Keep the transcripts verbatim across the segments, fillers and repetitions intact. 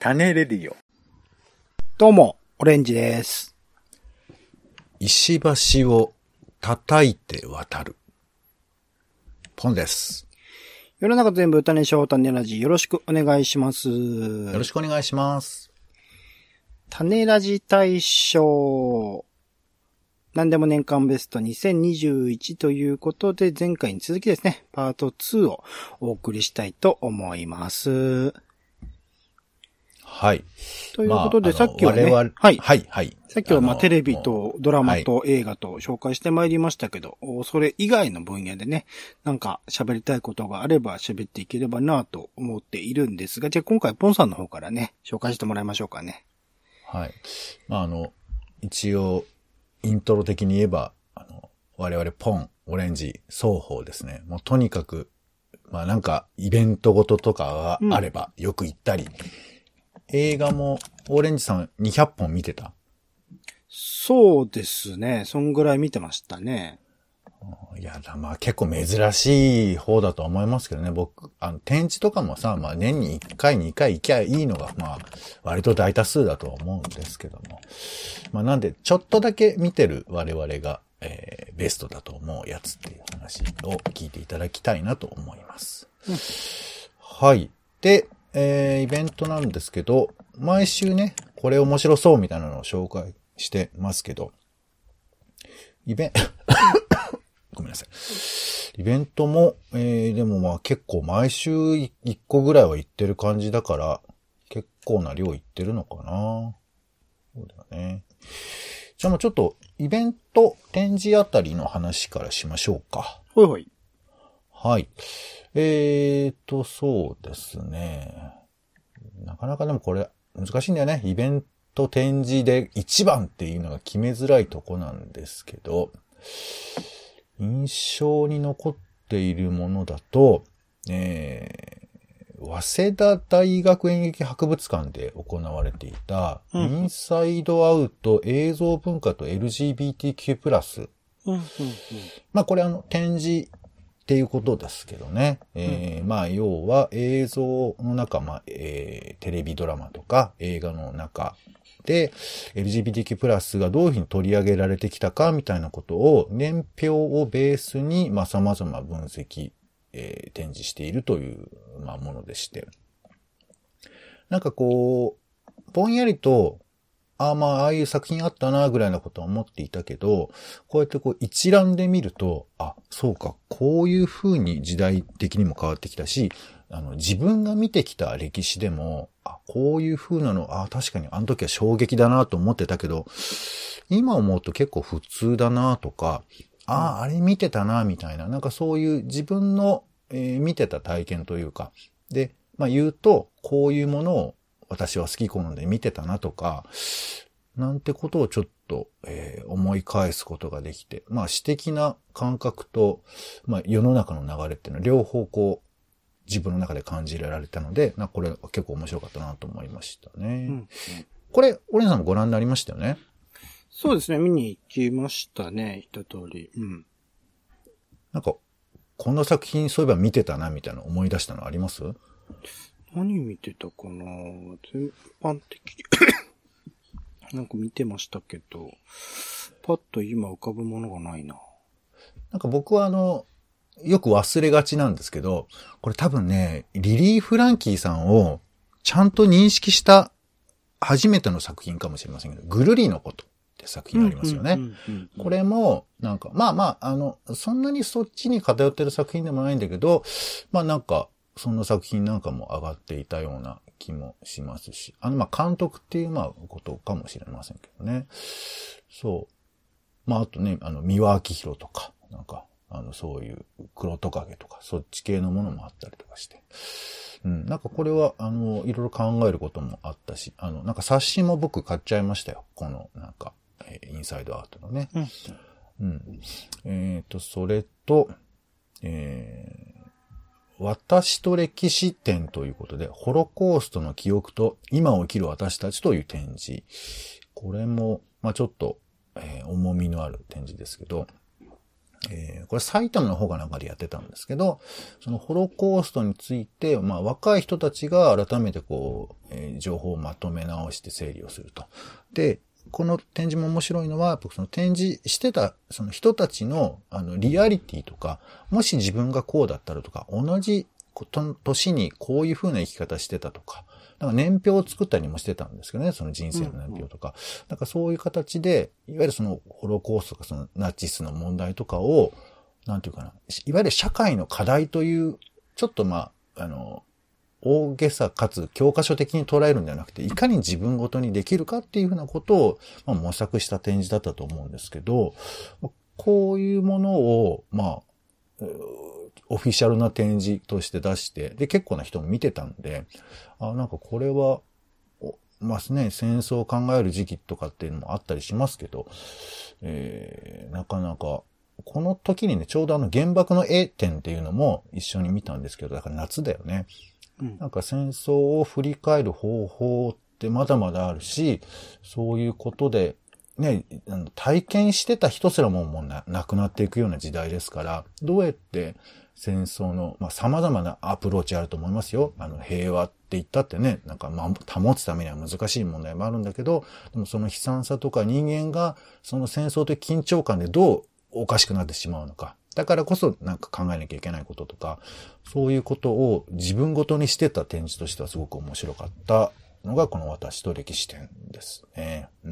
種レディオ。 どうも、オレンジです。 石橋を叩いて渡る。ポンです。 世の中全部種賞種ラジよろしくお願いします。よろしくお願いします。 種ラジ大賞。何でも年間ベストにせんにじゅういちということで、前回に続きですね、パートツーをお送りしたいと思います。 はい。 ということで、まあ、さっきはね、 我々 はい。 はい、はい。 さっきはまあテレビとドラマと映画と紹介してまいりましたけど、はい、それ以外の分野でね、なんか喋りたいことがあれば喋っていければなと思っているんですが、じゃあ今回ポンさんの方からね、紹介してもらいましょうかね。 はい。まああの、一応、イントロ的に言えば、あの、我々ポン、オレンジ、双方ですね。もうとにかく、まあなんかイベントごととかがあればよく行ったり、うん、映画もオレンジさんにひゃっぽん見てた？ そうですね。そんぐらい見てましたね。 いや、まあ結構珍しい方だと思いますけどね。僕、あの、展示とかもさ、まあ年にいっかい、にかい行きゃいいのが、まあ、割と大多数だとは思うんですけども。まあなんで、ちょっとだけ見てる我々が、えー、ベストだと思うやつっていう話を聞いていただきたいなと思います。うん、はい。で、えー、イベントなんですけど、毎週ね、これ面白そうみたいなのを紹介してますけど、イベント、ごめんなさい。イベントも、えー、でもまあ結構毎週いっこぐらいは行ってる感じだから、結構な量行ってるのかな。そうだよね。じゃあもうちょっとイベント展示あたりの話からしましょうか。 ほいほい。 はい。えーと、そうですね。なかなかでもこれ難しいんだよね。イベント展示で一番っていうのが決めづらいとこなんですけど、印象に残っているものだと、えー、早稲田大学演劇博物館で行われていた、うん、インサイドアウト映像文化と エルジービーティーキュー プラス。 うんうんうん、 まあこれあの展示っていうことですけどね。えーうん、まあ要は映像の中、まあ、えー、テレビドラマとか映画の中、で、エルジービーティーキュー プラスがどういうふうに取り上げられてきたかみたいなことを年表をベースに、まあ、様々分析、えー、展示しているという、まあ、ものでして。なんかこう、ぼんやりと、ああまあ、ああいう作品あったな、ぐらいなことは思っていたけど、こうやってこう一覧で見ると、あ、そうか、こういうふうに時代的にも変わってきたし、あの、自分が見てきた歴史でも、あ、こういう風なの、あ、確かにあの時は衝撃だなと思ってたけど、今思うと結構普通だなとか、あ、あれ見てたなみたいな、なんかそういう自分の、えー、見てた体験というか、で、まあ言うと、こういうものを私は好き好んで見てたなとか、なんてことをちょっと、えー、思い返すことができて、まあ詩的な感覚と、まあ世の中の流れっていうのは両方こう、自分の中で感じられたので、なこれ結構面白かったなと思いましたね。うんうん、これ、オレンさんもご覧になりましたよね？ そうですね、見に行きましたね、一通り。うん。 なんか、こんな作品そういえば見てたな、みたいな思い出したのあります？ 何見てたかな？全般的に。なんか見てましたけど、パッと今浮かぶものがないな。 なんか僕はあの、よく忘れがちなんですけど、これ多分ね、リリー・フランキーさんをちゃんと認識した初めての作品かもしれませんけど、ぐるりのことって作品ありますよね。これも、なんか、まあまあ、あの、そんなにそっちに偏ってる作品でもないんだけど、まあなんか、そんな作品なんかも上がっていたような気もしますし、あの、まあ監督っていうまあことかもしれませんけどね。そう。まああとね、あの、三輪明宏とか、なんか、あの、そういう黒トカゲとか、そっち系のものもあったりとかして。うん。なんかこれは、あの、いろいろ考えることもあったし、あの、なんか冊子も僕買っちゃいましたよ。この、なんか、えー、インサイドアートのね。うん。うん、えっと、それと、えー、私と歴史展ということで、ホロコーストの記憶と今を生きる私たちという展示。これも、まあちょっと、えー、重みのある展示ですけど、 えー、これ埼玉の方がなんかでやってたんですけど、そのホロコーストについて、まあ若い人たちが改めてこう、えー、情報をまとめ直して整理をすると。で、この展示も面白いのは、その展示してたその人たちのあのリアリティとか、もし自分がこうだったらとか、同じ年にこういう風な生き方してたとか、なんか年表を作ったりもしてたんですけどね、その人生の年表とか。うんうん、なんかそういう形で、いわゆるそのホロコーストとかそのナチスの問題とかを、なんていうかな、いわゆる社会の課題という、ちょっとまあ、あの、大げさかつ教科書的に捉えるんではなくて、いかに自分ごとにできるかっていうふうなことを、まあ、模索した展示だったと思うんですけど、こういうものを、まあ、オフィシャルな展示として出して、で、結構な人も見てたんで、あ、なんかこれは、まあね、戦争を考える時期とかっていうのもあったりしますけど、えー、なかなか、この時にね、ちょうどあの原爆の絵展っていうのも一緒に見たんですけど、だから夏だよね。うん、なんか戦争を振り返る方法ってまだまだあるし、そういうことで、ね、体験してた人すらももうな、亡くなっていくような時代ですから、どうやって戦争の、まあ、様々なアプローチあると思いますよ。あの、平和って言ったってね、なんか、まあ、保つためには難しい問題もあるんだけど、でもその悲惨さとか人間が、その戦争という緊張感でどうおかしくなってしまうのか。だからこそなんか考えなきゃいけないこととか、そういうことを自分ごとにしてた展示としてはすごく面白かったのがこの私と歴史展ですね。うん。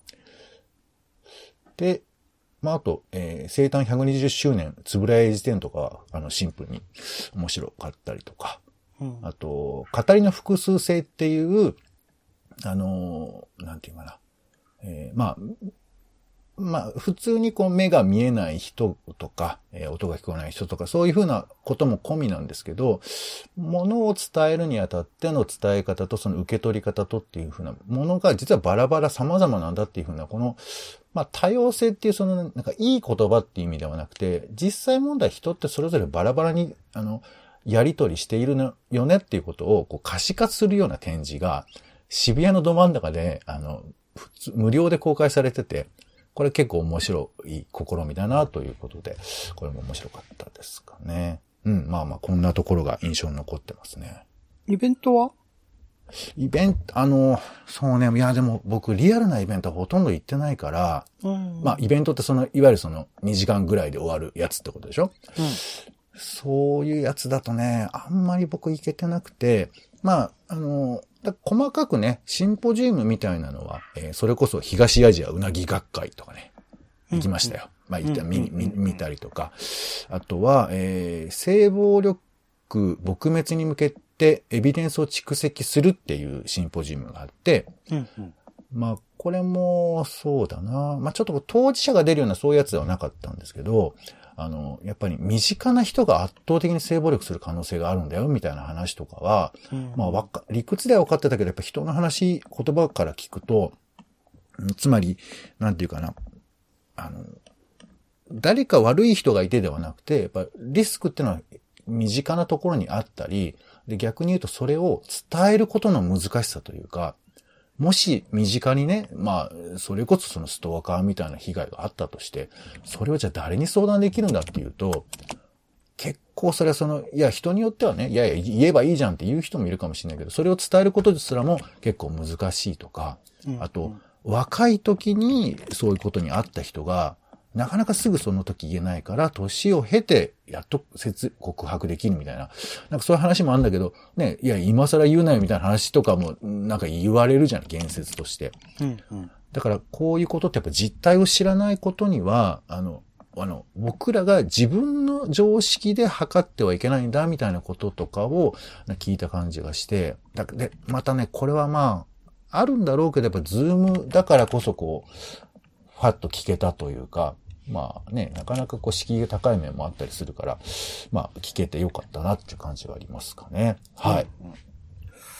で、まあ、あと、えー、生誕ひゃくにじゅっしゅうねん、つぶらや英二展とか、あの、シンプルに面白かったりとか、うん、あと、語りの複数性っていう、あのー、なんていうかな、えー、まあ、まあ、普通にこう目が見えない人とか、えー、音が聞こえない人とか、そういうふうなことも込みなんですけど、ものを伝えるにあたっての伝え方とその受け取り方とっていうふうなものが実はバラバラ様々なんだっていうふうな、この、まあ多様性っていうそのなんかいい言葉っていう意味ではなくて、実際問題人ってそれぞれバラバラに、あの、やり取りしているのよねっていうことをこう可視化するような展示が渋谷のど真ん中で、あの、普通無料で公開されてて、これ結構面白い試みだなということで、これも面白かったですかね。うん、まあまあこんなところが印象に残ってますね。 イベントは？ イベント、あの、そうね、いやでも僕リアルなイベントはほとんど行ってないから、うん、まあイベントってその、いわゆるそのにじかんぐらいで終わるやつってことでしょ？うん、そういうやつだとね、あんまり僕行けてなくて、まあ、あの、細かくね、シンポジウムみたいなのは、えー、それこそ東アジアうなぎ学会とかね、行きましたよ。うんうん、まあ、行った、見、見、見たりとか。あとは、えー、性暴力撲滅に向けてエビデンスを蓄積するっていうシンポジウムがあって、うんうん、まあ、これもそうだな。まあ、ちょっと当事者が出るようなそういうやつではなかったんですけど、あの、やっぱり身近な人が圧倒的に性暴力する可能性があるんだよ、みたいな話とかは、うん、まあ、わか、理屈では分かってたけど、やっぱ人の話、言葉から聞くと、つまり、なんていうかな、あの、誰か悪い人がいてではなくて、やっぱリスクっていうのは身近なところにあったり、で、逆に言うとそれを伝えることの難しさというか、もし身近にね、まあ、それこそそのストーカーみたいな被害があったとして、それをじゃあ誰に相談できるんだっていうと、結構それはその、いや人によってはね、いやいや言えばいいじゃんって言う人もいるかもしれないけど、それを伝えることですらも結構難しいとか、あと、若い時にそういうことにあった人が、なかなかすぐその時言えないから、年を経て、やっと告白できるみたいな。なんかそういう話もあるんだけど、ね、いや、今更言うなよみたいな話とかも、なんか言われるじゃん、言説として。うんうん、だから、こういうことってやっぱ実態を知らないことには、あの、あの、僕らが自分の常識で測ってはいけないんだ、みたいなこととかを聞いた感じがして、だで、またね、これはまあ、あるんだろうけど、やっぱズームだからこそこう、ファッと聞けたというか、まあね、なかなかこう敷居が高い面もあったりするから、まあ聞けてよかったなっていう感じはありますかね。はい。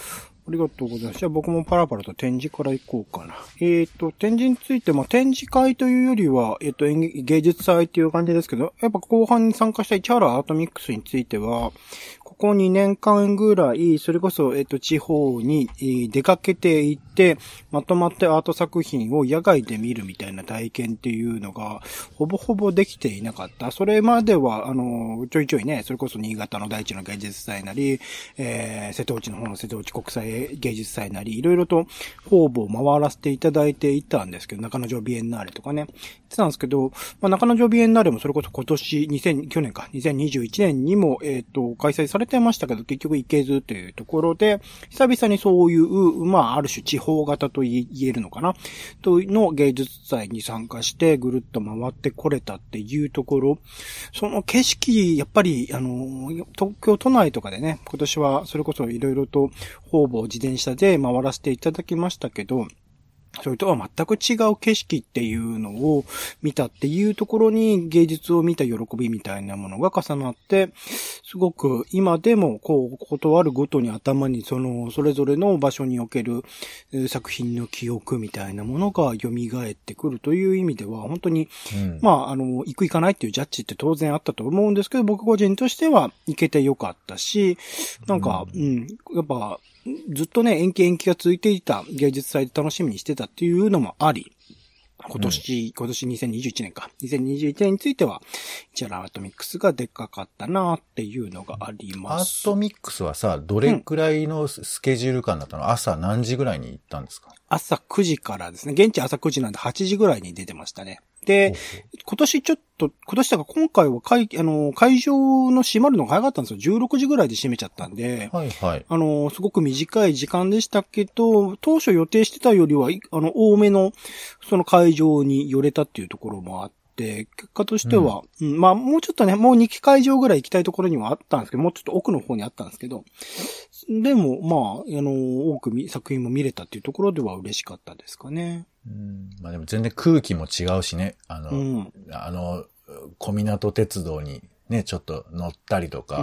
ありがとうございます。じゃあ僕もパラパラと展示から行こうかな。えっと、展示について、まあ、展示会というよりは、えっと、演劇芸術祭っていう感じですけど、やっぱ後半に参加した市原アートミックスについては、ここにねんかんぐらい、それこそ、えっと、地方に出かけていって、まとまってアート作品を野外で見るみたいな体験っていうのが、ほぼほぼできていなかった。それまでは、あの、ちょいちょいね、それこそ新潟の大地の芸術祭なり、えー、瀬戸内の方の瀬戸内国際芸術祭なり、いろいろと方々回らせていただいていたんですけど、中野城ビエンナーレとかね、言ってたんですけど、まあ、中野城ビエンナーレもそれこそ今年、にせん、去年か、にせんにじゅういちねんにも、えっと、開催されてましたけど、結局行けずというところで、久々にそういう、まあ、ある種地方型と言えるのかな、というの芸術祭に参加して、ぐるっと回ってこれたっていうところ、その景色、やっぱり、あの、東京都内とかでね、今年はそれこそいろいろと方々自転車で回らせていただきましたけど、それとは全く違う景色っていうのを見たっていうところに芸術を見た喜びみたいなものが重なって、すごく今でもこう、ことあるごとに頭にその、それぞれの場所における作品の記憶みたいなものが蘇ってくるという意味では、本当に、うん、まあ、あの、行く行かないっていうジャッジって当然あったと思うんですけど、僕個人としては行けてよかったし、なんか、うん、うん、やっぱ、ずっとね、延期延期が続いていた芸術祭で楽しみにしてたっていうのもあり、今年、うん、今年にせんにじゅういちねんか。にせんにじゅういちねんについては、市原アートミックスがでかかったなっていうのがあります。 アートミックスはさ、どれくらいのスケジュール感だったの、うん、朝何時ぐらいに行ったんですか？ 朝くじからですね。現地朝くじなんではちじぐらいに出てましたね。で、今年ちょっと、今年だから今回は会、あの、会場の閉まるのが早かったんですよ。じゅうろくじぐらいで閉めちゃったんで、 はいはい。 あの、すごく短い時間でしたけど、当初予定してたよりは、あの、多めの、その会場に寄れたっていうところもあって、結果としては、うん、うん、まあ、もうちょっとね、もうにき会場ぐらい行きたいところにはあったんですけど、もうちょっと奥の方にあったんですけど、でも、まあ、あの、多く作品も見れたっていうところでは嬉しかったですかね。 うん、まあでも全然空気も違うしね。あの、うん、あの、小湊鉄道にね、ちょっと乗ったりとか、うん、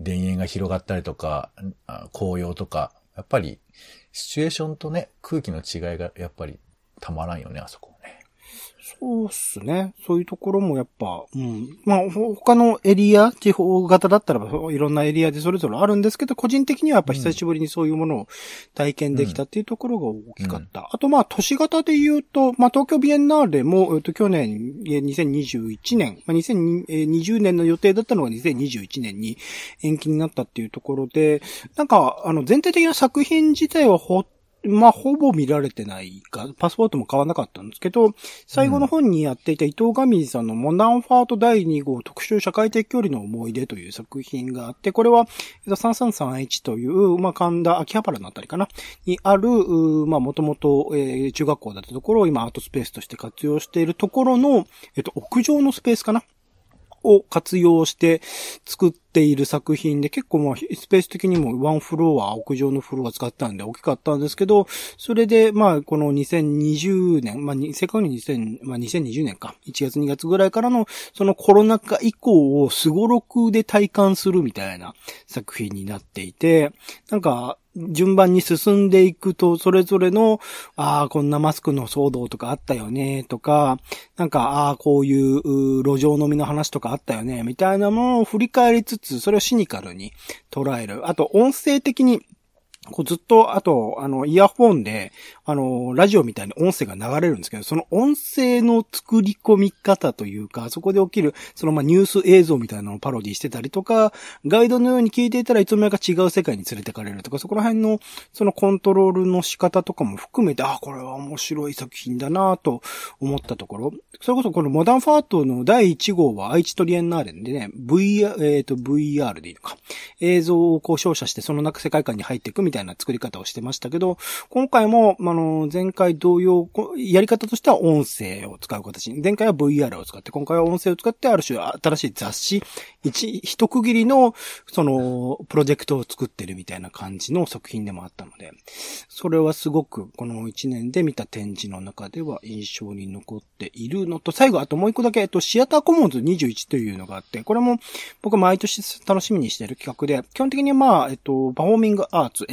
田園が広がったりとか、紅葉とか、やっぱりシチュエーションとね、空気の違いがやっぱりたまらんよね、あそこね。 そうっすね。そういうところもやっぱ、うん。まあ、他のエリア、地方型だったらいろんなエリアでそれぞれあるんですけど、個人的にはやっぱ久しぶりにそういうものを体験できたっていうところが大きかった。うん、あとまあ、都市型で言うと、まあ、東京ビエンナーレも、えっと、去年、にせんにじゅういちねん、まあ、にせんにじゅうねんの予定だったのがにせんにじゅういちねんに延期になったっていうところで、なんか、あの、全体的な作品自体はほまあ、ほぼ見られてないか、パスポートも買わなかったんですけど、最後の本にやっていた伊藤上さんのモダンファートだいに号特集社会的距離の思い出という作品があって、これはさんさんさんいちという、まあ、神田、秋葉原のあたりかなにある、まあ、もともと、えー、中学校だったところを今アートスペースとして活用しているところの、えっと、屋上のスペースかなを活用して作っている作品で、結構まあスペース的にもワンフロア、屋上のフロア使ったんで大きかったんですけど、それでまあこのにせんにじゅうねん、まあ正確に2000、まあにせんにじゅうねんか、いちがつにがつぐらいからのそのコロナ禍以降をスゴロクで体感するみたいな作品になっていて、なんか、順番に進んでいくと、それぞれの、ああ、こんなマスクの騒動とかあったよね、とか、なんか、ああ、こういう路上飲みの話とかあったよね、みたいなものを振り返りつつ、それをシニカルに捉える。あと、音声的に、こうずっと、あと、あの、イヤホンで、あの、ラジオみたいに音声が流れるんですけど、その音声の作り込み方というか、そこで起きる、そのまあニュース映像みたいなのをパロディしてたりとか、ガイドのように聞いていたらいつの間にか違う世界に連れてかれるとか、そこら辺の、そのコントロールの仕方とかも含めて、あ、これは面白い作品だなと思ったところ、それこそこのモダンファートのだいいち号は愛知トリエンナーレでね、ブイアール、えっと、ブイアール でいいのか。映像をこう照射してその中世界観に入っていくみたいな作り方をしてましたけど、今回も、あの、前回同様、やり方としては音声を使う形に、前回は ブイアール を使って、今回は音声を使ってある種新しい雑誌、一、一区切りの、その、プロジェクトを作ってるみたいな感じの作品でもあったので、それはすごくこのいちねんで見た展示の中では印象に残っているのと、最後あともう一個だけ、えっと、シアターコモンズにじゅういちというのがあって、これも僕毎年楽しみにしている企画で、基本的にまあ、えっと、パフォーミングアーツ、演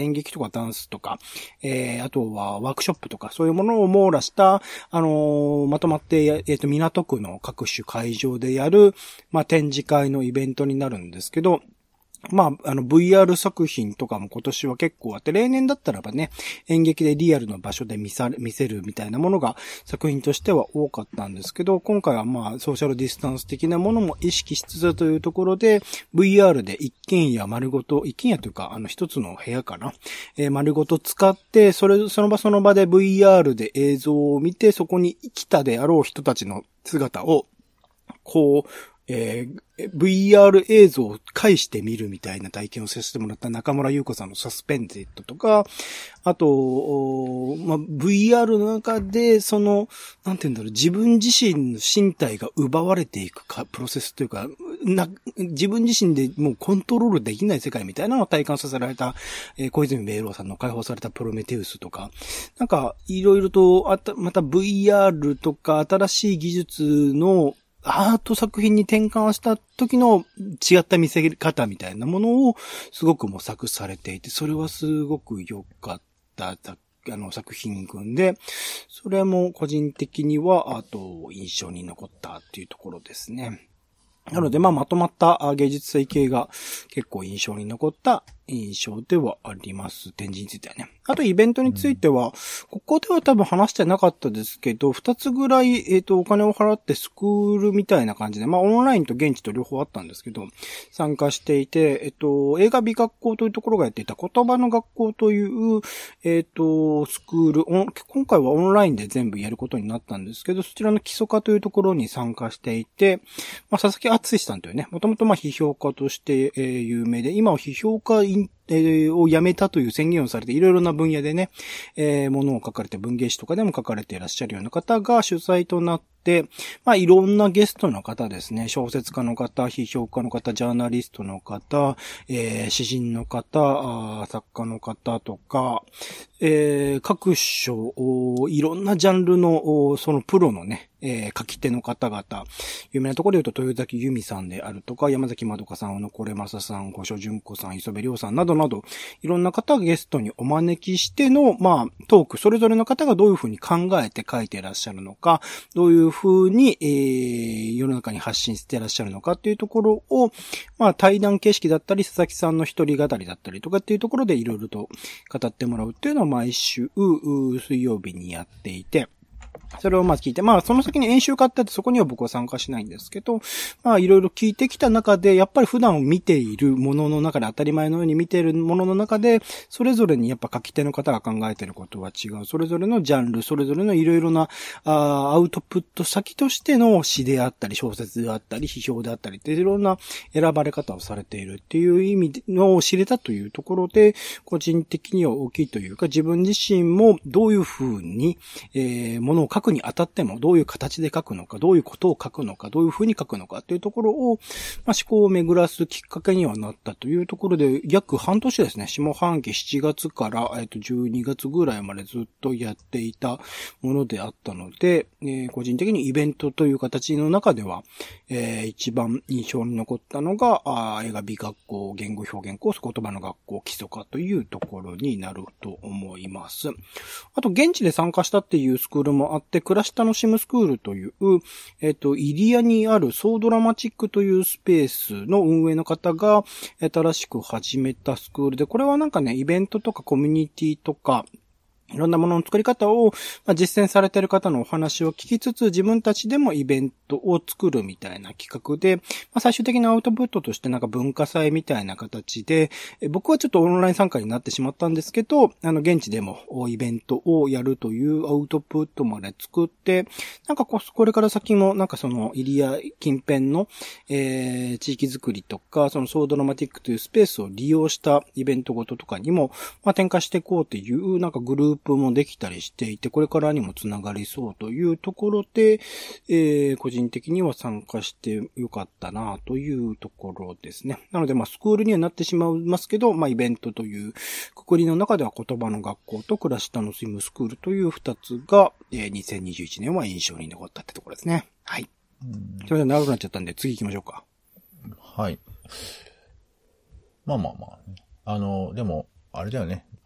演劇とかダンスとか、えー、あとはワークショップとか、そういうものを網羅した、あのー、まとまって、えっと、港区の各種会場でやる、まあ、展示会のイベントになるんですけど、まあ、あの ブイアール 作品とかも今年は結構あって、例年だったらばね、演劇でリアルの場所で見さ、見せるみたいなものが作品としては多かったんですけど、今回はまあ、ソーシャルディスタンス的なものも意識しつつというところで、ブイアール で一軒家丸ごと、一軒家というか、あの一つの部屋かな、えー、丸ごと使って、それ、その場その場で ブイアール で映像を見て、そこに生きたであろう人たちの姿を、こう、えー、ブイアール 映像を介して見るみたいな体験をさせてもらった中村優子さんのサスペンデッドとか、あと、まあ、ブイアール の中で、その、なんていうんだろう、自分自身の身体が奪われていくか、プロセスというか、な、自分自身でもうコントロールできない世界みたいなのを体感させられた、えー、小泉明郎さんの解放されたプロメテウスとか、なんか、いろいろと、あた、また ブイアール とか新しい技術のアート作品に転換した時の違った見せ方みたいなものをすごく模索されていて、それはすごく良かったあの作品群で、それも個人的にはあと印象に残ったっていうところですね。なので、まあ、まとまった芸術性系が結構印象に残った印象ではあります。展示についてはね。あとイベントについては、ここでは多分話してなかったですけど、二つぐらい、えっと、お金を払ってスクールみたいな感じで、まあ、オンラインと現地と両方あったんですけど、参加していて、えっと、映画美学校というところがやっていた言葉の学校という、えっと、スクール、今回はオンラインで全部やることになったんですけど、そちらの基礎科というところに参加していて、まあ、佐々木敦さんというね、もともとまあ批評家として、えー、有名で、今は批評家えー、を辞めたという宣言をされて、いろいろな分野でね、えー、ものを書かれて、文芸誌とかでも書かれていらっしゃるような方が主催となって、まあ、いろんなゲストの方ですね、小説家の方、批評家の方、ジャーナリストの方、えー、詩人の方、作家の方とか、えー、各種、いろんなジャンルの、そのプロのね、えー、書き手の方々、有名なところで言うと豊崎由美さんであるとか、山崎まどかさん、小野これまささん、五所淳子さん、磯部亮さんなどなど、いろんな方をゲストにお招きしての、まあ、トーク、それぞれの方がどういうふうに考えて書いていらっしゃるのか、どういうふうに、えー、世の中に発信していらっしゃるのかっていうところを、まあ、対談形式だったり、佐々木さんの一人語りだったりとかっていうところでいろいろと語ってもらうっていうのを毎週、水曜日にやっていて、それをまず聞いて、まあその先に演習会ってあってそこには僕は参加しないんですけど、まあいろいろ聞いてきた中で、やっぱり普段見ているものの中で当たり前のように見ているものの中で、それぞれにやっぱ書き手の方が考えていることは違う。それぞれのジャンル、それぞれのいろいろなあアウトプット先としての詩であったり、小説であったり、批評であったりっていろんな選ばれ方をされているっていう意味のを知れたというところで、個人的には大きいというか、自分自身もどういうふうに、えー、ものを書くにあたってもどういう形で書くのか、どういうことを書くのか、どういうふうに書くのかというところを、まあ、思考を巡らすきっかけにはなったというところで、約半年ですね、下半期しちがつから、えっと、じゅうにがつぐらいまでずっとやっていたものであったので、えー、個人的にイベントという形の中では、えー、一番印象に残ったのが、あ映画美学校、言語表現コース、言葉の学校、基礎科というところになると思います。あと、現地で参加したっていうスクールもあって、暮らし楽しむスクールという、えっと、入谷にあるソードラマチックというスペースの運営の方が新しく始めたスクールで、これはなんかね、イベントとかコミュニティとか、いろんなものの作り方を、まあ、実践されている方のお話を聞きつつ、自分たちでもイベントを作るみたいな企画で、まあ、最終的なアウトプットとしてなんか文化祭みたいな形で、え僕はちょっとオンライン参加になってしまったんですけど、あの、現地でもイベントをやるというアウトプットまで作って、なんかこ、これから先もなんかその入谷近辺の、えー、地域づくりとか、そのソードラマティックというスペースを利用したイベントごととかにも、まあ、展開していこうという、なんかグループもできたりしていて、これからにもつながりそうというところで、えー、個人的には参加してよかったなというところですね。なので、まあ、スクールにはなってしまいますけど、まあ、イベントというくくりの中では言葉の学校と暮らし楽しむスクールという二つが、えー、にせんにじゅういちねんは印象に残ったってところですね。はい。それで長くなっちゃったんで、次行きましょうか。 はい。まあまあまあ、ね。あの、でも、あれだよね。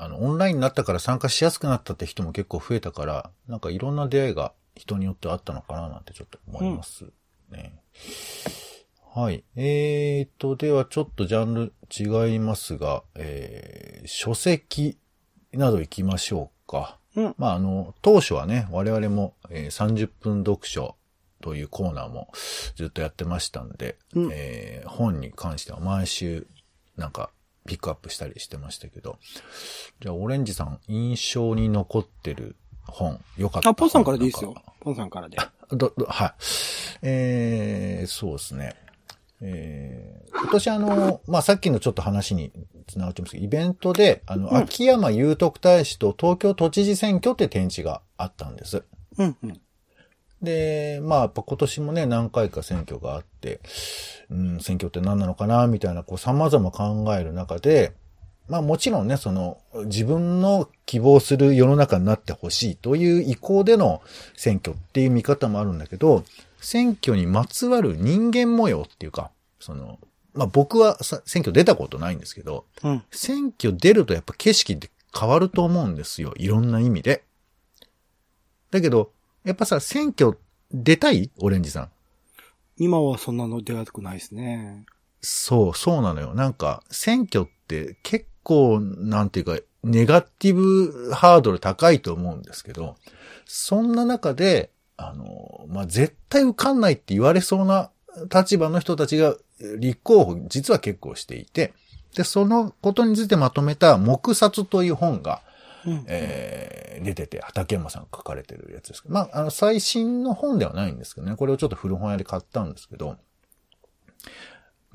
あの、オンラインになったから参加しやすくなったって人も結構増えたから、なんかいろんな出会いが人によってあったのかななんてちょっと思いますね。うん、はい。えーと、ではちょっとジャンル違いますが、えー、書籍など行きましょうか。うん、まあ、あの、当初はね、我々も、えー、さんじゅっぷん読書というコーナーもずっとやってましたんで、うん、えー、本に関しては毎週なんかピックアップしたりしてましたけど、じゃあオレンジさん印象に残ってる本、よかった本。 あ、ポンさんからでいいですよ。ポンさんからで。 ど、ど、はい。えー、そうですね。えー、今年あの、まあ、さっきのちょっと話につながってますけど、イベントで、あの、うん、秋山祐徳大使と東京都知事選挙って展示があったんです。 うんうん。 で、まあ、やっぱ今年もね、何回か選挙があって、うん、選挙って何なのかな、みたいな、こう、様々考える中で、まあもちろんね、その、自分の希望する世の中になってほしいという意向での選挙っていう見方もあるんだけど、選挙にまつわる人間模様っていうか、その、まあ僕はさ選挙出たことないんですけど、 うん、 選挙出るとやっぱ景色って変わると思うんですよ。いろんな意味で。だけど、やっぱさ、選挙出たい？オレンジさん。 今はそんなの出たくないですね。 そう、そうなのよ。なんか、選挙って結構、なんていうか、ネガティブハードル高いと思うんですけど、そんな中で、あの、まあ、絶対受かんないって言われそうな立場の人たちが立候補、実は結構していて、で、そのことについてまとめた黙殺という本が、うんえー、出てて、畠山さんが書かれてるやつですけど、まあ、あの、最新の本ではないんですけどね、これをちょっと古本屋で買ったんですけど、うん、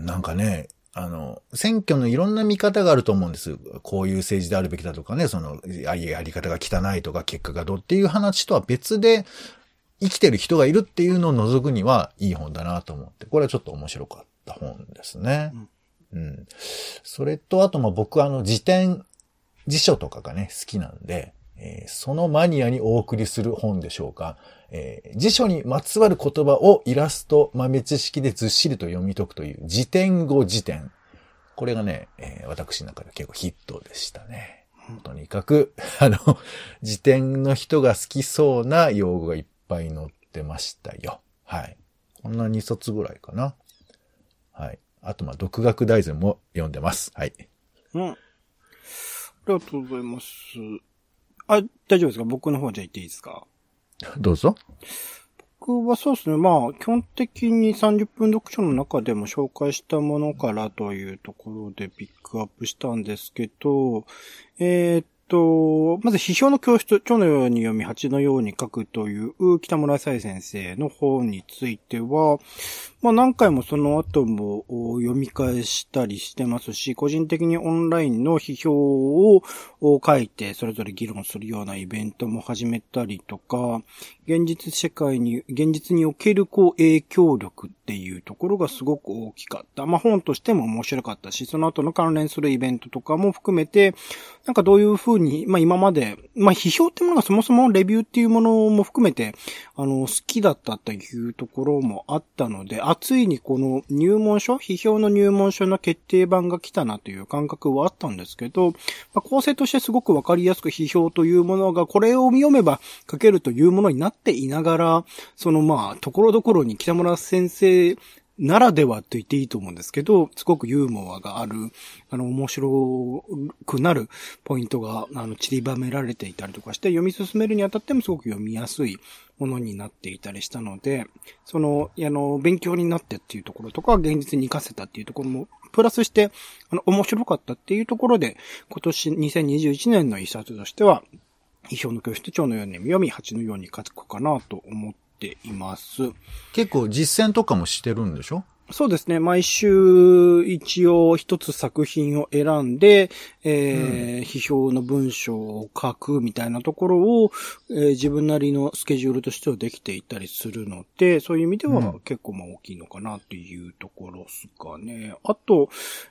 なんかね、あの、選挙のいろんな見方があると思うんです。こういう政治であるべきだとかね、その、やり方が汚いとか結果がどうっていう話とは別で、生きてる人がいるっていうのを除くにはいい本だなと思って、これはちょっと面白かった本ですね。うん。うん、それと、あとまあ僕はあの辞典、辞書とかがね、好きなんで、えー、そのマニアにお送りする本でしょうか。えー、辞書にまつわる言葉をイラスト豆知識でずっしりと読み解くという辞典語辞典。これがね、えー、私の中で結構ヒットでしたね。とにかく、あの、辞典の人が好きそうな用語がいっぱい載ってましたよ。はい。こんなにさつぐらいかな。はい。あと、ま、独学大全も読んでます。はい。 うん。ありがとうございます。あ、大丈夫ですか？僕の方じゃ言っていいですか？ どうぞ。 僕はそうですね。まあ、基本的にさんじゅっぷん読書の中でも紹介したものからというところでピックアップしたんですけど、えー、っと、まず、批評の教室、蝶のように読み、蜂のように書くという北村彩先生の本については、まあ何回もその後も読み返したりしてますし、個人的にオンラインの批評を書いてそれぞれ議論するようなイベントも始めたりとか、現実世界に、現実におけるこう影響力っていうところがすごく大きかった。まあ本としても面白かったし、その後の関連するイベントとかも含めて、なんかどういうふうに、まあ今まで、まあ批評っていうものがそもそもレビューっていうものも含めて、あの、好きだったというところもあったので、ついにこの入門書、批評の入門書の決定版が来たなという感覚はあったんですけど、まあ、構成としてすごくわかりやすく批評というものがこれを読めば書けるというものになっていながら、そのまあ、ところどころに北村先生ならではと言っていいと思うんですけど、すごくユーモアがある、あの、面白くなるポイントが、あの、散りばめられていたりとかして、読み進めるにあたってもすごく読みやすいものになっていたりしたので、その、あの、勉強になってっていうところとか、現実に活かせたっていうところも、プラスして、あの、面白かったっていうところで、今年にせんにじゅういちねんの一冊としては、批評の教室長のように読み、蜂のように書くかなと思っています。 結構実践とかもしてるんでしょ？ そうですね。毎週一応一つ作品を選んで、えーうん、批評の文章を書くみたいなところを、えー、自分なりのスケジュールとしてはできていたりするので、そういう意味では結構まあ大きいのかなというところですかね。あと、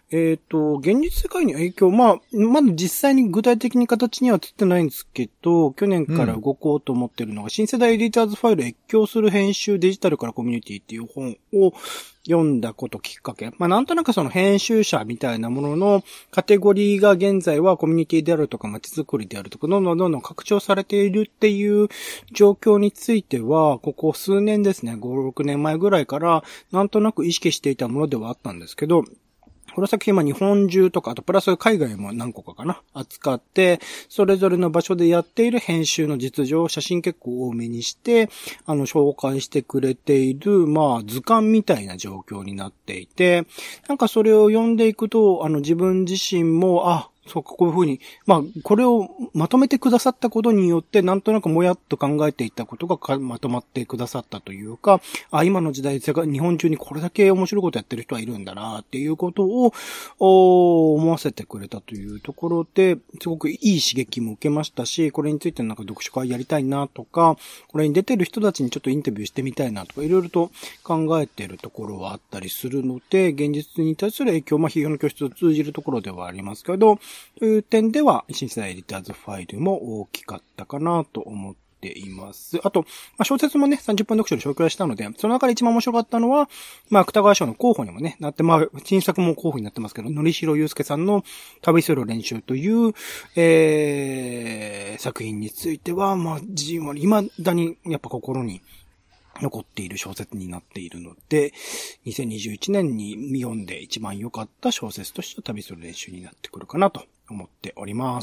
えっと、現実世界に影響、まあ、まだ実際に具体的に形にはつってないんですけど、去年から動こうと思ってるのが、うん、新世代エディターズファイル越境する編集デジタルからコミュニティっていう本を読んだこときっかけ。まあ、なんとなくその編集者みたいなもののカテゴリーが現在はコミュニティであるとか街づくりであるとか、どんどんどんどん拡張されているっていう状況については、ここ数年ですね、ご、ろくねんまえぐらいからなんとなく意識していたものではあったんですけど、この作品は日本中とか、あとプラス海外も何個かかな、扱って、それぞれの場所でやっている編集の実情、写真結構多めにして、あの、紹介してくれている、まあ、図鑑みたいな状況になっていて、なんかそれを読んでいくと、あの、自分自身も、あ、そうか、こういうふうに、まあ、これをまとめてくださったことによって、なんとなくもやっと考えていたことがかまとまってくださったというか、あ、今の時代、世界、日本中にこれだけ面白いことやってる人はいるんだな、っていうことを、思わせてくれたというところで、すごくいい刺激も受けましたし、これについてなんか読書会やりたいなとか、これに出てる人たちにちょっとインタビューしてみたいなとか、いろいろと考えているところはあったりするので、現実に対する影響、まあ、批評の教室を通じるところではありますけど、という点では、新世代エディターズファイルも大きかったかなと思っています。あと、まあ、小説もね、さんじゅっぷん読書で紹介したので、その中で一番面白かったのは、まあ、芥川賞の候補にもね、なって、まあ、新作も候補になってますけど、のりしろゆうすけさんの旅する練習という、えー、作品については、まあ、未だにやっぱ心に残っている小説になっているので、にせんにじゅういちねんに読んで一番良かった小説として旅する練習になってくるかなと思っております。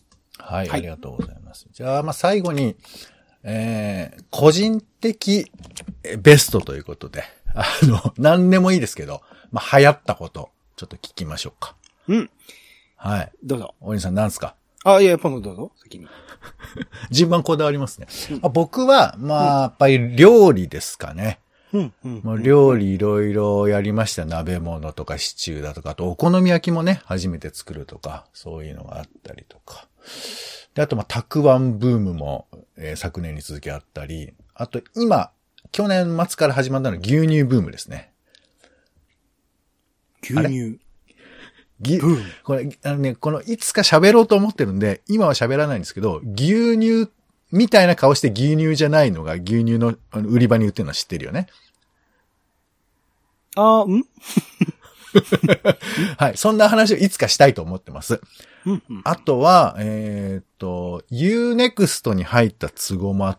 はい、はい、ありがとうございます。じゃあ、まあ、最後に、えー、個人的ベストということで、あの、何でもいいですけど、まあ、流行ったこと、ちょっと聞きましょうか。 うん。 はい。 どうぞ。 お兄さん、何すか？ あ、いや、ポンドどうぞ、先に。 順番こだわりますね。 うん、 あ僕は、まあ、やっぱり料理ですかね。 うんうん、 もう料理いろいろやりました。鍋物とかシチューだとか、あとお好み焼きもね、初めて作るとか、そういうのがあったりとか。で、あと、まあ、たくあんブームも、えー、昨年に続きあったり、あと、今、去年末から始まったのは牛乳ブームですね。 牛乳ぎこれ、あのね、この、いつか喋ろうと思ってるんで、今は喋らないんですけど、牛乳みたいな顔して牛乳じゃないのが牛乳の売り場に売ってるのは知ってるよね。 あー、んはい。そんな話をいつかしたいと思ってます。 うんうん、 あとは、えー、っと、ユーネクスト に入った都合もあって、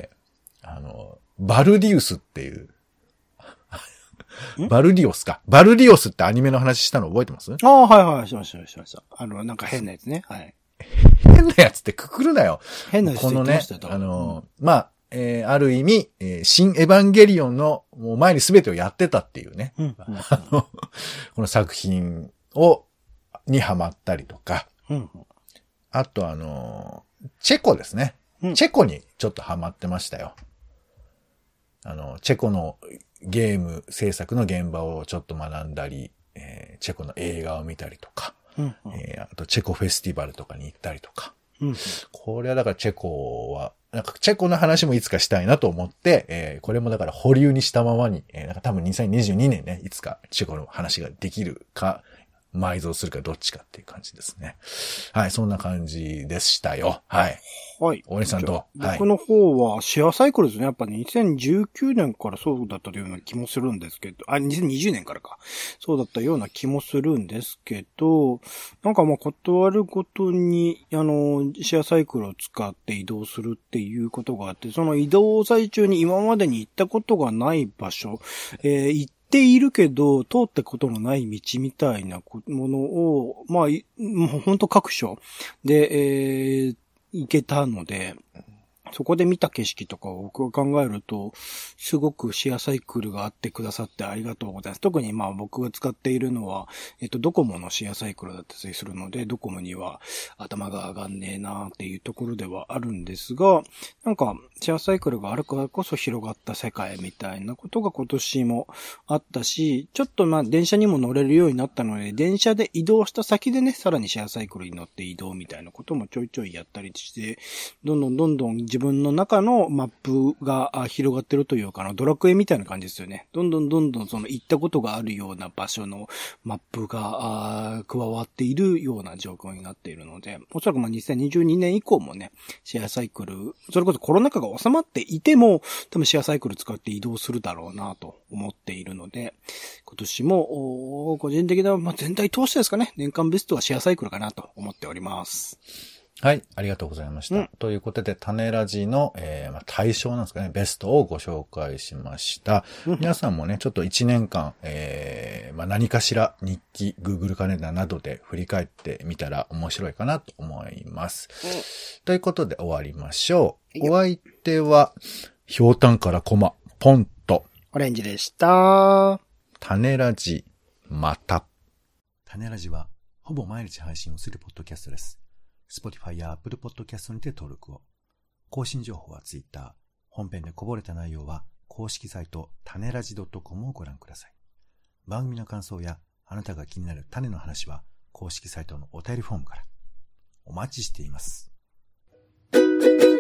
あの、バルディウスっていう、バルディオスか。バルディオスってアニメの話したの覚えてます？ ああ、はいはい、しました、しました。あの、なんか変なやつね。はい。 変なやつってくくるなよ。 変なやつって言ってましたよ。 このね、あの、うん、まあ、えー、ある意味、えー、新エヴァンゲリオンのもう前に全てをやってたっていうね。 うんうん、 あのこの作品を、にハマったりとか。 うんうん、 あとあの、チェコですね、うん。チェコにちょっとハマってましたよ。あの、チェコのゲーム制作の現場をちょっと学んだり、えー、チェコの映画を見たりとか、 うんうんえー、あとチェコフェスティバルとかに行ったりとか。 うんうん、 これはだからチェコは、なんかチェコの話もいつかしたいなと思って、えー、これもだから保留にしたままに、えー、なんか多分にせんにじゅうにねんね、いつかチェコの話ができるか、埋蔵するかどっちかっていう感じですね。はい、そんな感じでしたよ。はい。 はい。 大西さんどう？ 僕の方はシェアサイクルですね。やっぱにせんじゅうきゅうねんからそうだったような気もするんですけど、あ、にせんにじゅうねんからか。そうだったような気もするんですけど、なんかまあ断るごとに、あの、シェアサイクルを使って移動するっていうことがあって、その移動最中に今までに行ったことがない場所、えー、行っているけど、通ったことのない道みたいなものを、まあ、もうほんと各所で、えー、行けたので、そこで見た景色とかを僕が考えると、すごくシェアサイクルがあってくださってありがとうございます。特にまあ僕が使っているのは、えっと、ドコモのシェアサイクルだったりするので、ドコモには頭が上がんねえなーっていうところではあるんですが、なんか、シェアサイクルがあるからこそ広がった世界みたいなことが今年もあったし、ちょっとまあ電車にも乗れるようになったので、電車で移動した先でね、さらにシェアサイクルに乗って移動みたいなこともちょいちょいやったりして、どんどんどんどん自自分の中のマップが広がってるというか、ドラクエみたいな感じですよね。どんどんどんどんその行ったことがあるような場所のマップが加わっているような状況になっているので、おそらくまあにせんにじゅうにねん以降もね、シェアサイクル、それこそコロナ禍が収まっていても、多分シェアサイクル使って移動するだろうなと思っているので、今年も、個人的な、まあ、全体通してですかね、年間ベストはシェアサイクルかなと思っております。 はい、ありがとうございました。うん、ということで、種ラジの、えーまあ、対象なんですかね、ベストをご紹介しました。うん、皆さんもね、ちょっといちねんかん、えーまあ、何かしら日記、Google カレンダーなどで振り返ってみたら面白いかなと思います。うん、ということで終わりましょう。お相手は、ひょうたんからコマ、ポンと、 オレンジでした。 種ラジ、また。種ラジは、ほぼ毎日配信をするポッドキャストです。Spotify や Apple Podcast にて登録を。更新情報は Twitter。本編でこぼれた内容は公式サイト種ラジ .com をご覧ください。番組の感想やあなたが気になる種の話は公式サイトのお便りフォームから。お待ちしています。